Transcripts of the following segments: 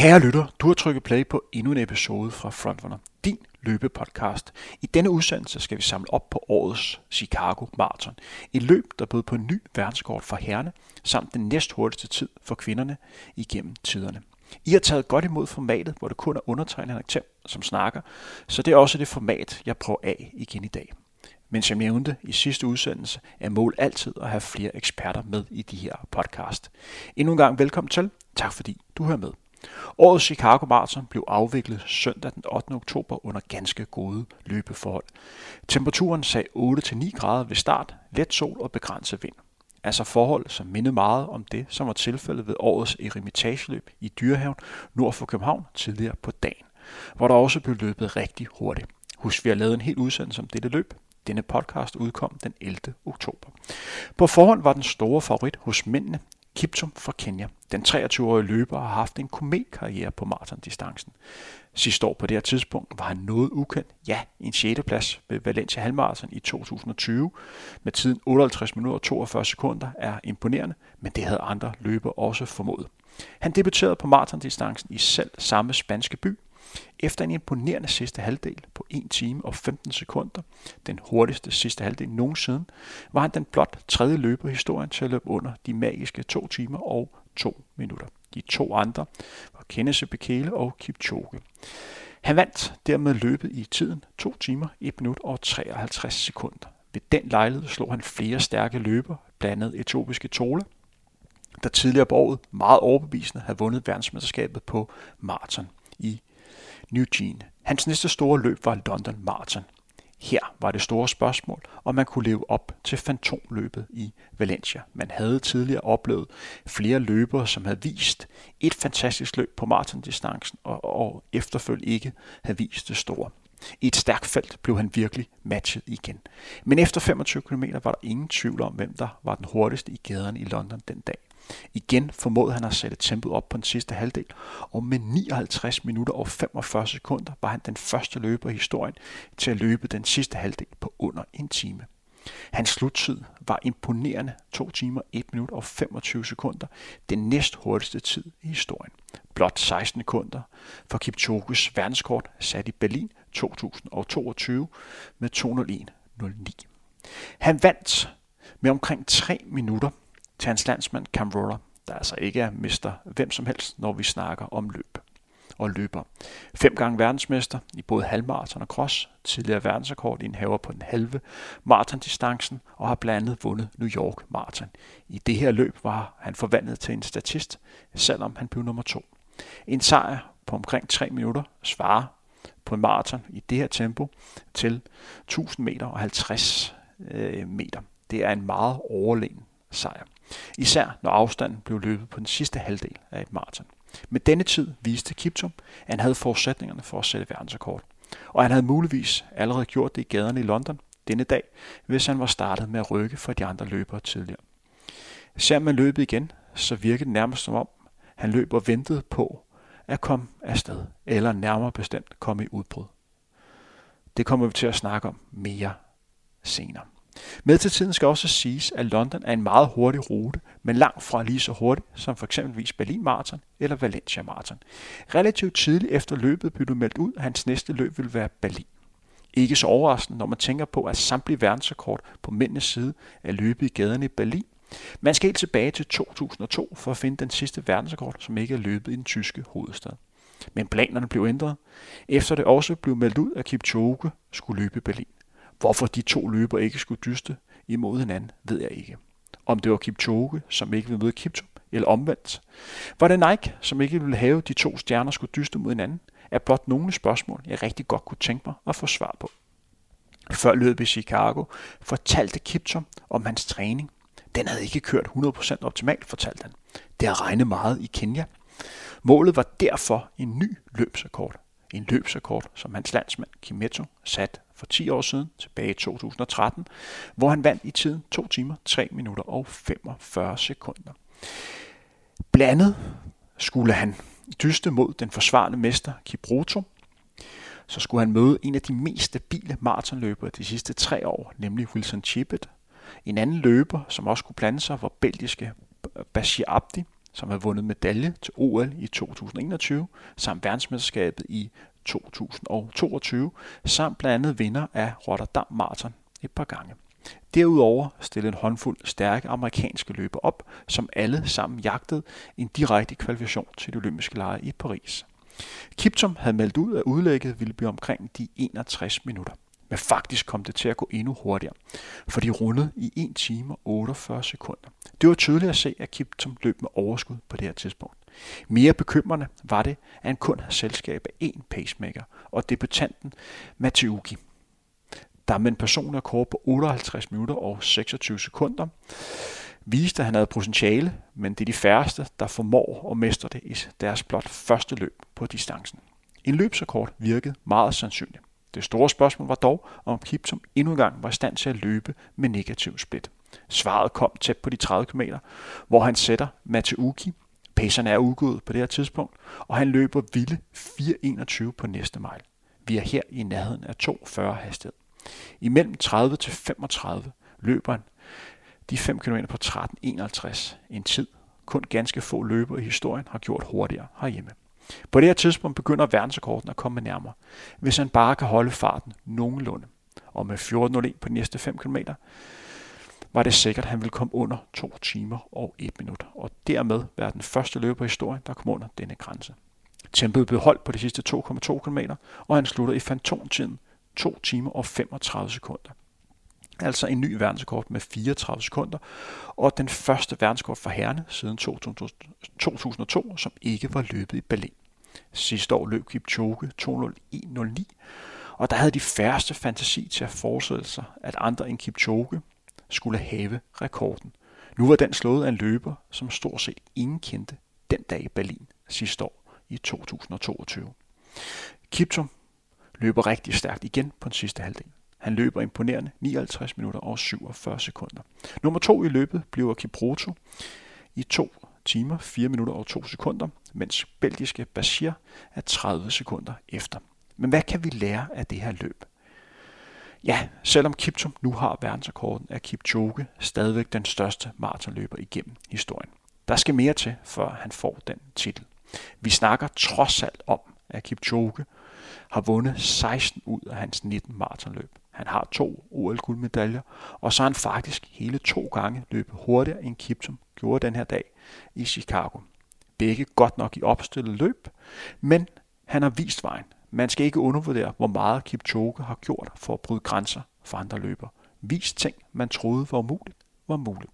Kære lytter, du har trykket play på endnu en episode fra Frontrunner, din løbepodcast. I denne udsendelse skal vi samle op på årets Chicago Marathon. Et løb, der bød på en ny verdenskort for herrerne, samt den næsthurtigste tid for kvinderne igennem tiderne. I har taget godt imod formatet, hvor det kun er undertegnet og Tem, som snakker, så det er også det format, jeg prøver af igen i dag. Men som jeg nævnte i sidste udsendelse, er mål altid at have flere eksperter med i de her podcast. Endnu en gang velkommen til. Tak fordi du hører med. Årets Chicago Marathon blev afviklet søndag den 8. oktober under ganske gode løbeforhold. Temperaturen sagde 8-9 grader ved start, let sol og begrænset vind. Altså forhold, som mindede meget om det, som var tilfældet ved årets Eremitageløb i Dyrehaven nord for København tidligere på dagen, hvor der også blev løbet rigtig hurtigt. Husk, vi har lavet en hel udsendelse om dette løb. Denne podcast udkom den 11. oktober. På forhånd var den store favorit hos mændene Kiptum fra Kenya. Den 23-årige løber har haft en kometkarriere på maratondistancen. Sidste år på det her tidspunkt var han noget ukendt. Ja, en 6. plads ved Valencia halvmarathon i 2020 med tiden 58 minutter og 42 sekunder er imponerende, men det havde andre løbere også formået. Han debuterede på maratondistancen i selv samme spanske by. Efter en imponerende sidste halvdel på 1 time og 15 sekunder, den hurtigste sidste halvdel nogensinde, var han den blot tredje løber i historien til at løbe under de magiske 2 timer og 2 minutter. De 2 andre var Kenneth Bekele og Kipchoge. Han vandt dermed løbet i tiden 2 timer, 1 minut og 53 sekunder. Ved den lejlighed slog han flere stærke løbere, blandt andet etiopiske Tola, der tidligere på året meget overbevisende havde vundet verdensmesterskabet på maraton i Eugene. Hans næste store løb var London Marathon. Her var det store spørgsmål, om man kunne leve op til fantomløbet i Valencia. Man havde tidligere oplevet flere løbere, som havde vist et fantastisk løb på maratondistancen og efterfølgende ikke havde vist det store. I et stærkt felt blev han virkelig matchet igen. Men efter 25 km var der ingen tvivl om, hvem der var den hurtigste i gaderne i London den dag. Igen formåede han at sætte tempoet op på den sidste halvdel, og med 59 minutter og 45 sekunder var han den første løber i historien til at løbe den sidste halvdel på under 1 time. Hans sluttid var imponerende 2 timer, 1 minut og 25 sekunder, den næsthurtigste tid i historien. Blot 16 sekunder for Kipchoges verdenskort sat i Berlin 2022 med 2:01:09. Han vandt med omkring 3 minutter til hans landsmand Cam Roller, der altså ikke er mester hvem som helst, når vi snakker om løb og løber. 5 gange verdensmester i både halvmarathon og cross, tidligere verdensrekord i en haver på den halve maratondistancen og har blandt andet vundet New York Marathon. I det her løb var han forvandlet til en statist, selvom han blev nummer 2. En sejr på omkring 3 minutter svarer på en maraton i det her tempo til 1000 meter og 50 meter. Det er en meget overlegen sejr. Især når afstanden blev løbet på den sidste halvdel af et maraton. Med denne tid viste Kiptum, at han havde forudsætningerne for at sætte verdensrekord. Og han havde muligvis allerede gjort det i gaderne i London denne dag, hvis han var startet med at rykke for de andre løbere tidligere. Ser man løbet igen, så virkede det nærmest som om, han løb og ventede på at komme afsted, eller nærmere bestemt komme i udbrud. Det kommer vi til at snakke om mere senere. Med til tiden skal også siges, at London er en meget hurtig rute, men langt fra lige så hurtig som for eksempelvis Berlin Marathon eller Valencia Marathon. Relativt tidligt efter løbet blev det meldt ud, at hans næste løb ville være Berlin. Ikke så overraskende, når man tænker på, at samtlige verdensrekord på mændenes side er løbet i gaderne i Berlin. Man skal helt tilbage til 2002 for at finde den sidste verdensrekord, som ikke er løbet i den tyske hovedstad. Men planerne blev ændret, efter det også blev meldt ud, at Kipchoge skulle løbe i Berlin. Hvorfor de 2 løbere ikke skulle dyste imod hinanden, ved jeg ikke. Om det var Kipchoge, som ikke ville møde Kiptum, eller omvendt. Var det Nike, som ikke ville have de 2 stjerner skulle dyste mod hinanden, er blot nogle spørgsmål, jeg rigtig godt kunne tænke mig at få svar på. Før løbet i Chicago fortalte Kiptum om hans træning. Den havde ikke kørt 100% optimalt, fortalte han. Det har regnet meget i Kenya. Målet var derfor en ny løbsrekord. En løbsrekord, som hans landsmand Kimetto satte for 10 år siden, tilbage i 2013, hvor han vandt i tiden 2 timer, 3 minutter og 45 sekunder. Blandet skulle han dyste mod den forsvarende mester Kipruto. Så skulle han møde en af de mest stabile maratonløbere de sidste 3 år, nemlig Wilson Chepet. En anden løber, som også kunne blande sig, var belgiske Bashir Abdi, som har vundet medalje til OL i 2021, samt verdensmesterskabet i 2022, samt blandt andet vinder af Rotterdam Marathon et par gange. Derudover stillede en håndfuld stærke amerikanske løbere op, som alle sammen jagtede en direkte kvalifikation til de olympiske lege i Paris. Kiptum havde meldt ud, at udlægget ville blive omkring de 61 minutter. Men faktisk kom det til at gå endnu hurtigere, for de rundede i 1 time og 48 sekunder. Det var tydeligt at se, at Kiptum løb med overskud på det her tidspunkt. Mere bekymrende var det, at han kun havde selskab af 1 pacemaker og debutanten Mateuki, der med en personlig rekord på 58 minutter og 26 sekunder viste, at han havde potentiale, men det er de færreste, der formår at mestre det i deres blot første løb på distancen. En løbsrekord virkede meget sandsynligt. Det store spørgsmål var dog, om Kiptum endnu en gang var i stand til at løbe med negativ split. Svaret kom tæt på de 30 km, hvor han sætter Mateuki. Pacerne er udgået på det her tidspunkt, og han løber vilde 4.21 på næste mile. Vi er her i nærheden af 2.40 hastighed. Imellem 30 til 35 løber han de 5 km på 13.51, en tid kun ganske få løbere i historien har gjort hurtigere herhjemme. På det her tidspunkt begynder verdensrekorden at komme nærmere, hvis han bare kan holde farten nogenlunde. Og med 14.01 på de næste 5 km var det sikkert, at han ville komme under 2 timer og 1 minut, og dermed være den første løber i historien, der kom under denne grænse. Tempoet blev holdt på de sidste 2,2 km, og han slutter i fantomtiden 2 timer og 35 sekunder. Altså en ny verdensrekord med 34 sekunder, og den første verdensrekord for herrene siden 2002, som ikke var løbet i Berlin. Sidste år løb Kipchoge 2:01.09, og der havde de færreste fantasi til at forestille sig, at andre end Kipchoge skulle have rekorden. Nu var den slået af en løber, som stort set ingen kendte den dag i Berlin sidste år i 2022. Kiptum løber rigtig stærkt igen på den sidste halvdel. Han løber imponerende 59 minutter og 47 sekunder. Nummer 2 i løbet bliver Kipruto i 2 timer, 4 minutter og 2 sekunder, mens belgiske Bashir er 30 sekunder efter. Men hvad kan vi lære af det her løb? Ja, selvom Kiptum nu har verdensrekorden, er Kipchoge stadigvæk den største maratonløber igennem historien. Der skal mere til, før han får den titel. Vi snakker trods alt om, at Kipchoge har vundet 16 ud af hans 19 maratonløb. Han har 2 OL-guldmedaljer, og så har han faktisk hele 2 gange løbet hurtigere end Kiptum gjorde den her dag i Chicago. Begge godt nok i opstillet løb, men han har vist vejen. Man skal ikke undervurdere, hvor meget Kipchoge har gjort for at bryde grænser for andre løbere. Vist ting, man troede var muligt.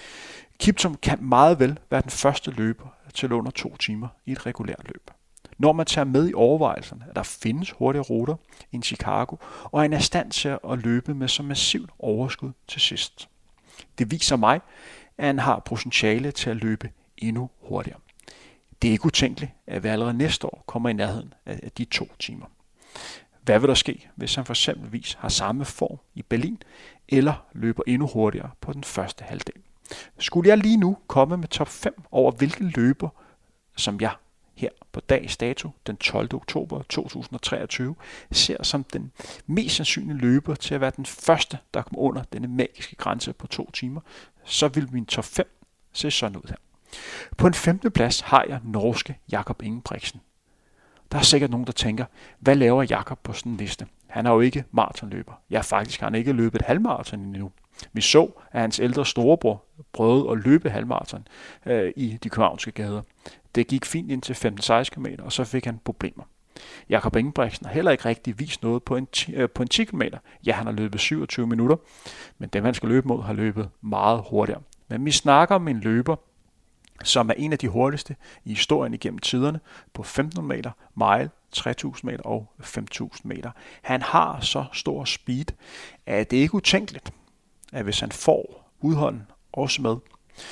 Kiptum kan meget vel være den første løber til under 2 timer i et regulært løb. Når man tager med i overvejelserne, at der findes hurtigere ruter end Chicago, og han er i stand til at løbe med så massivt overskud til sidst. Det viser mig, at han har potentiale til at løbe endnu hurtigere. Det er ikke utænkeligt, at vi allerede næste år kommer i nærheden af de 2 timer. Hvad vil der ske, hvis han for eksempelvis har samme form i Berlin, eller løber endnu hurtigere på den første halvdel? Skulle jeg lige nu komme med top 5 over hvilke løber, som jeg her på dags dato, den 12. oktober 2023, ser som den mest sandsynlige løber til at være den første, der kommer under denne magiske grænse på 2 timer, så vil min top 5 se sådan ud her. På en 5. plads har jeg norske Jakob Ingebrigtsen. Der er sikkert nogen, der tænker, hvad laver Jakob på sådan en liste? Han er jo ikke maratonløber. Ja, faktisk har han ikke løbet et halvmaraton endnu. Vi så, at hans ældre storebror prøvede at løbe halvmaraton i de københavnske gader. Det gik fint ind til 15-16 km, og så fik han problemer. Jakob Ingebrigtsen har heller ikke rigtig vist noget på en 10 km. Ja, han har løbet 27 minutter, men dem han skal løbe mod har løbet meget hurtigere. Men vi snakker om en løber, som er en af de hurtigste i historien igennem tiderne på 1500 meter, mile, 3000 meter og 5000 meter. Han har så stor speed, at det ikke er utænkeligt, at hvis han får udholden også med,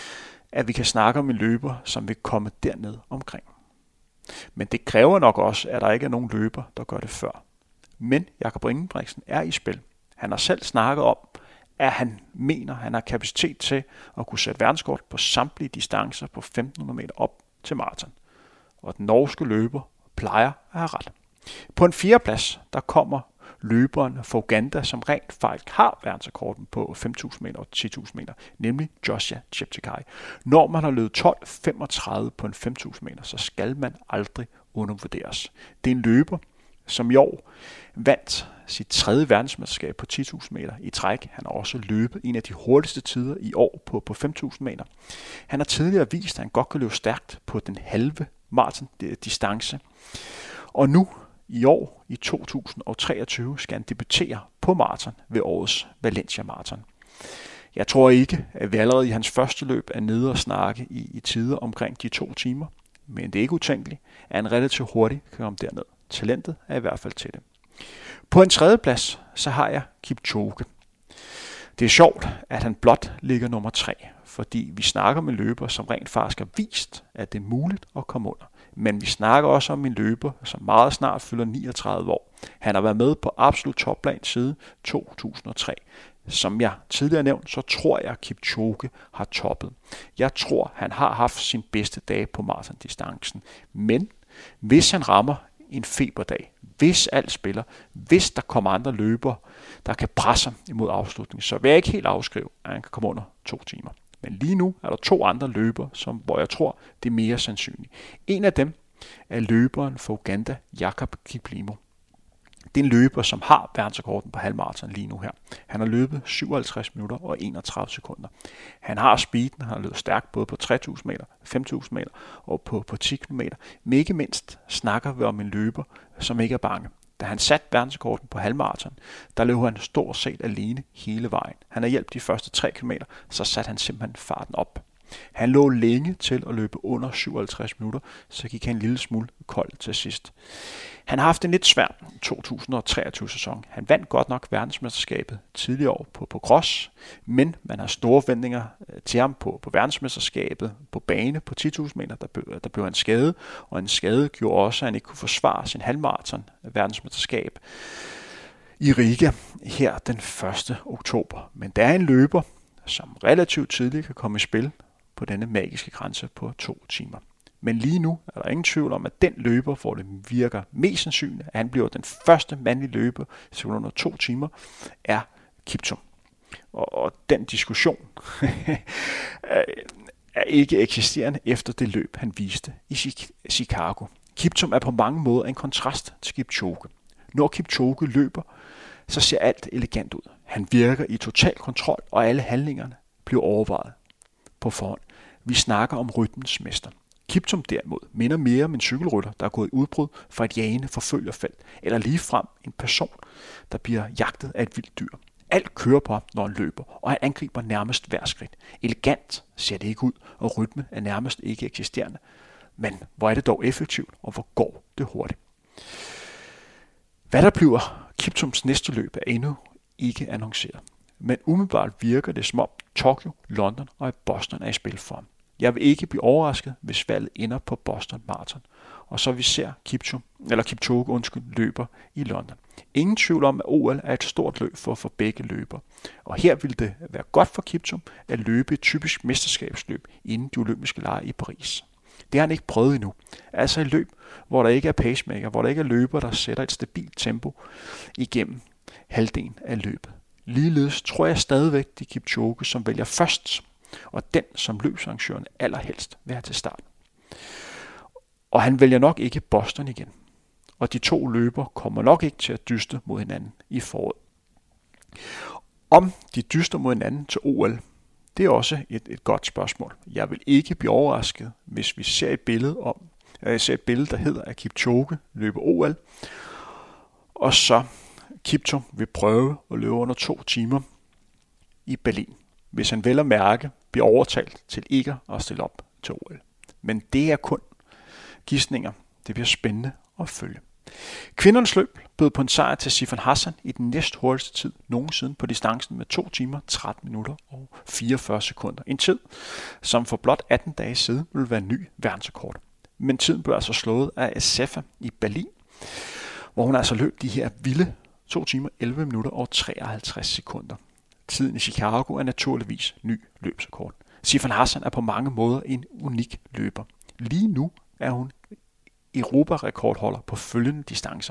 at vi kan snakke om en løber, som vil komme derned omkring. Men det kræver nok også, at der ikke er nogen løber, der gør det før. Men Jakob Ingebrigtsen er i spil. Han har selv snakket om, at han mener, at han har kapacitet til at kunne sætte verdenskort på samtlige distancer på 1500 meter op til maraton. Og den norske løber plejer at have ret. På en 4. plads, der kommer løberen fra Uganda, som rent faktisk har verdensrekorden på 5.000 meter og 10.000 meter, nemlig Joshua Cheptegei. Når man har løbet 12.35 på en 5.000 meter, så skal man aldrig undervurderes. Det er en løber, som i år vandt sit 3. verdensmesterskab på 10.000 meter i træk. Han har også løbet en af de hurtigste tider i år på 5.000 meter. Han har tidligere vist, at han godt kan løbe stærkt på den halve maratondistance. Og nu i år, i 2023, skal han debutere på maraton ved årets Valencia Marathon. Jeg tror ikke, at vi allerede i hans første løb er nede og snakke i tider omkring de 2 timer. Men det er ikke utænkeligt, at han relativt hurtigt kan komme derned. Talentet er i hvert fald til det. På en 3. plads, så har jeg Kipchoge. Det er sjovt, at han blot ligger nummer 3, fordi vi snakker om en løber, som rent faktisk har vist, at det er muligt at komme under. Men vi snakker også om en løber, som meget snart fylder 39 år. Han har været med på absolut topplan siden 2003. Som jeg tidligere nævnt, så tror jeg, at Kipchoge har toppet. Jeg tror, han har haft sin bedste dag på maratondistancen. Men hvis han rammer en feberdag, hvis alt spiller, hvis der kommer andre løbere, der kan presse imod afslutningen, så vil jeg ikke helt afskrive, at han kan komme under 2 timer. Men lige nu er der 2 andre løbere, hvor jeg tror, det er mere sandsynligt. En af dem er løberen fra Uganda, Jakob Kiplimo. Det er en løber, som har verdensrekorden på halvmaraton lige nu her. Han har løbet 57 minutter og 31 sekunder. Han har speeden, han har løbet stærkt både på 3.000 meter, 5.000 meter og på 10 km. Men ikke mindst snakker vi om en løber, som ikke er bange. Da han satte verdensrekorden på halvmaraton, der løb han stort set alene hele vejen. Han har hjulpet de første 3 km, så satte han simpelthen farten op. Han lå længe til at løbe under 57 minutter, så gik han en lille smule kold til sidst. Han har haft en lidt svær 2023-sæson. Han vandt godt nok verdensmesterskabet tidligere år på cross, men man har store forventninger til ham på verdensmesterskabet på bane på 10.000 meter. Der blev han skadet, og en skade gjorde også, at han ikke kunne forsvare sin halvmaraton verdensmesterskab i Riga her den 1. oktober. Men der er en løber, som relativt tidligt kan komme i spil på denne magiske grænse på 2 timer. Men lige nu er der ingen tvivl om, at den løber, hvor det virker mest sandsynligt, at han bliver den første mandlige løber til under 2 timer, er Kipchoge. Og den diskussion er ikke eksisterende efter det løb, han viste i Chicago. Kipchoge er på mange måder en kontrast til Kipchoge. Når Kipchoge løber, så ser alt elegant ud. Han virker i total kontrol, og alle handlingerne bliver overvejet på forhånd. Vi snakker om rytmens mester. Kipchoge derimod minder mere om en cykelrytter, der er gået i udbrud fra et jagende forfølgerfelt, eller ligefrem en person, der bliver jagtet af et vildt dyr. Alt kører på ham, når han løber, og han angriber nærmest hver skridt. Elegant ser det ikke ud, og rytmen er nærmest ikke eksisterende. Men hvor er det dog effektivt, og hvor går det hurtigt? Hvad der bliver Kipchoges næste løb er endnu ikke annonceret. Men umiddelbart virker det som om Tokyo, London og Boston er i spil for ham. Jeg vil ikke blive overrasket, hvis valget ender på Boston Marathon, og så vi ser Kipchoge løber i London. Ingen tvivl om, at OL er et stort løb for begge løbere, og her vil det være godt for Kipchoge at løbe et typisk mesterskabsløb inden de olympiske lege i Paris. Det har han ikke prøvet endnu. Altså et løb, hvor der ikke er pacemaker, hvor der ikke er løber, der sætter et stabilt tempo igennem halvdelen af løbet. Ligeledes tror jeg stadigvæk, det er Kipchoge, som vælger først, og den, som løbsarrangøren allerhelst vil have til start. Og han vælger nok ikke Boston igen. Og de 2 løber kommer nok ikke til at dyste mod hinanden i foråret. Om de dyster mod hinanden til OL, det er også et godt spørgsmål. Jeg vil ikke blive overrasket, hvis vi ser et billede, der hedder, at Kipchoge løber OL, og så Kipchoge vil prøve at løbe under 2 timer i Berlin, hvis han vel at mærke bliver overtalt til ikke at stille op til OL. Men det er kun gidsninger. Det bliver spændende at følge. Kvindernes løb bød på en sejr til Sifan Hassan i den næst hurtigste tid nogensinde på distancen med 2 timer, 13 minutter og 44 sekunder. En tid, som for blot 18 dage siden ville være en ny verdensrekord. Men tiden blev altså slået af Assefa i Berlin, hvor hun altså løb de her vilde 2 timer, 11 minutter og 53 sekunder. Tiden i Chicago er naturligvis ny løbsrekord. Sifan Hassan er på mange måder en unik løber. Lige nu er hun Europarekordholder på følgende distancer.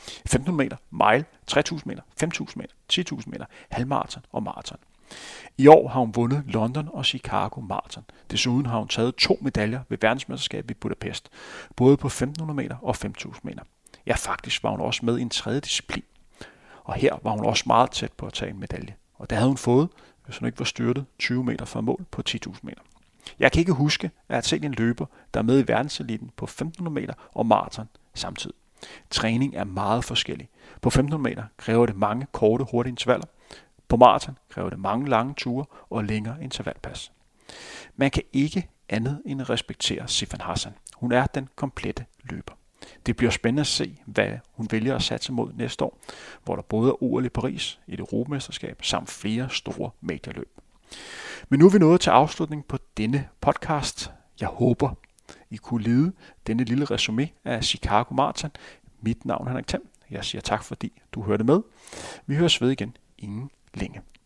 1500 meter, mile, 3000 meter, 5000 meter, 10.000 meter, halvmarathon og marathon. I år har hun vundet London og Chicago Marathon. Desuden har hun taget 2 medaljer ved verdensmesterskabet i Budapest, både på 1500 meter og 5.000 meter. Ja, faktisk var hun også med i en tredje disciplin. Og her var hun også meget tæt på at tage en medalje. Og det havde hun fået, hvis hun ikke var styrtet 20 meter fra mål på 10.000 meter. Jeg kan ikke huske at have set en løber, der er med i verdenseliten på 1500 meter og maraton samtidig. Træning er meget forskellig. På 1500 meter kræver det mange korte, hurtige intervaller. På maraton kræver det mange lange ture og længere intervalpas. Man kan ikke andet end respektere Sifan Hassan. Hun er den komplette løber. Det bliver spændende at se, hvad hun vælger at satse mod næste år, hvor der både er OL i Paris, et europamesterskab samt flere store medieløb. Men nu er vi nået til afslutningen på denne podcast. Jeg håber, I kunne lide denne lille resumé af Chicago Marathon. Mit navn er Henrik Thiem. Jeg siger tak, fordi du hørte med. Vi høres ved igen inden længe.